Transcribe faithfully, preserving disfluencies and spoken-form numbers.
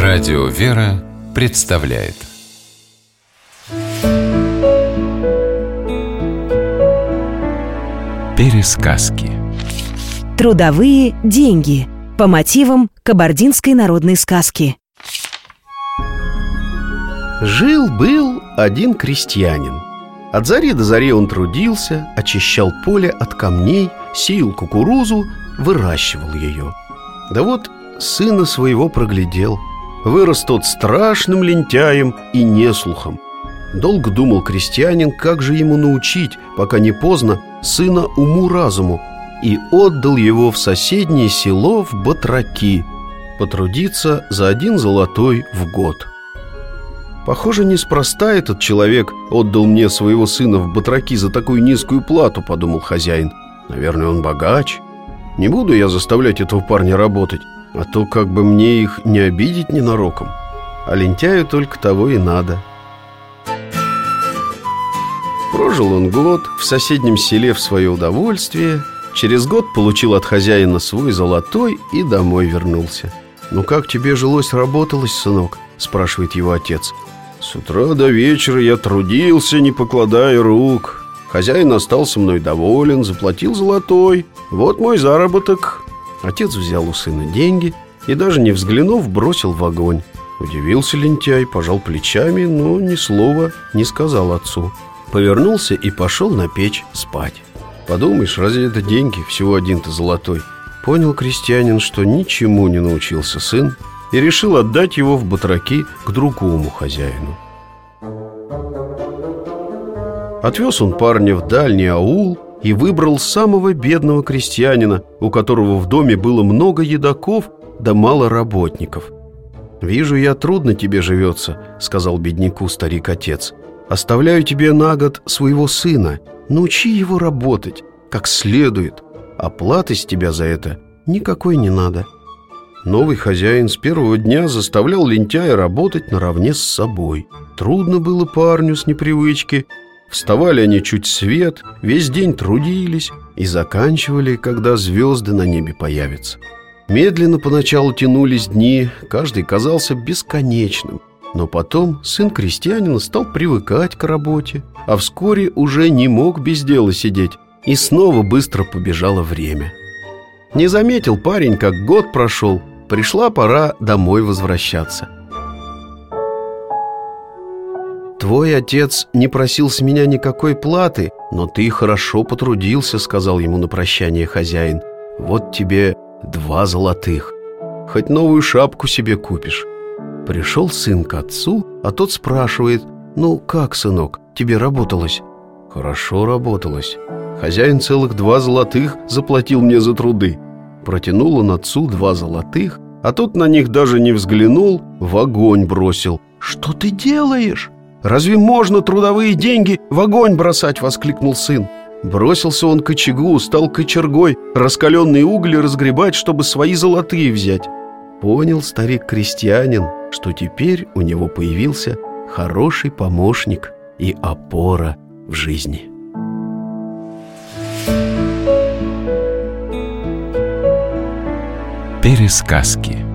Радио «Вера» представляет Пересказки. Трудовые деньги по мотивам кабардинской народной сказки. Жил-был один крестьянин. От зари до зари он трудился, очищал поле от камней, сеял кукурузу, выращивал ее. Да вот сына своего проглядел. Вырос тот страшным лентяем и неслухом. Долго думал крестьянин, как же ему научить, пока не поздно, сына уму-разуму, и отдал его в соседнее село в батраки потрудиться за один золотой в год. Похоже, неспроста этот человек отдал мне своего сына в батраки за такую низкую плату, подумал хозяин. Наверное, он богач. Не буду я заставлять этого парня работать, а то как бы мне их не обидеть ненароком. А лентяю только того и надо. Прожил он год в соседнем селе в свое удовольствие. Через год получил от хозяина свой золотой и домой вернулся. «Ну как тебе жилось-работалось, сынок?» – спрашивает его отец. «С утра до вечера я трудился, не покладая рук. Хозяин остался мной доволен, заплатил золотой. Вот мой заработок». Отец взял у сына деньги и, даже не взглянув, бросил в огонь. Удивился лентяй, пожал плечами, но ни слова не сказал отцу. Повернулся и пошел на печь спать. Подумаешь, разве это деньги, всего один-то золотой? Понял крестьянин, что ничему не научился сын, и решил отдать его в батраки к другому хозяину. Отвез он парня в дальний аул и выбрал самого бедного крестьянина, у которого в доме было много едоков да мало работников. «Вижу я, трудно тебе живется», — сказал бедняку старик-отец. «Оставляю тебе на год своего сына, научи его работать как следует, а платы с тебя за это никакой не надо». Новый хозяин с первого дня заставлял лентяя работать наравне с собой. Трудно было парню с непривычки. Вставали они чуть свет, весь день трудились и заканчивали, когда звезды на небе появятся. Медленно поначалу тянулись дни, каждый казался бесконечным. Но потом сын крестьянина стал привыкать к работе, а вскоре уже не мог без дела сидеть, и снова быстро побежало время. Не заметил парень, как год прошел, пришла пора домой возвращаться. «Твой отец не просил с меня никакой платы, но ты хорошо потрудился», — сказал ему на прощание хозяин. «Вот тебе два золотых. Хоть новую шапку себе купишь». Пришел сын к отцу, а тот спрашивает: «Ну как, сынок, тебе работалось?» «Хорошо работалось. Хозяин целых два золотых заплатил мне за труды». Протянул он отцу два золотых, а тот на них даже не взглянул, в огонь бросил. «Что ты делаешь? Разве можно трудовые деньги в огонь бросать?» — воскликнул сын. Бросился он к очагу, стал кочергой раскаленные угли разгребать, чтобы свои золотые взять. Понял старик-крестьянин, что теперь у него появился хороший помощник и опора в жизни. Пересказки.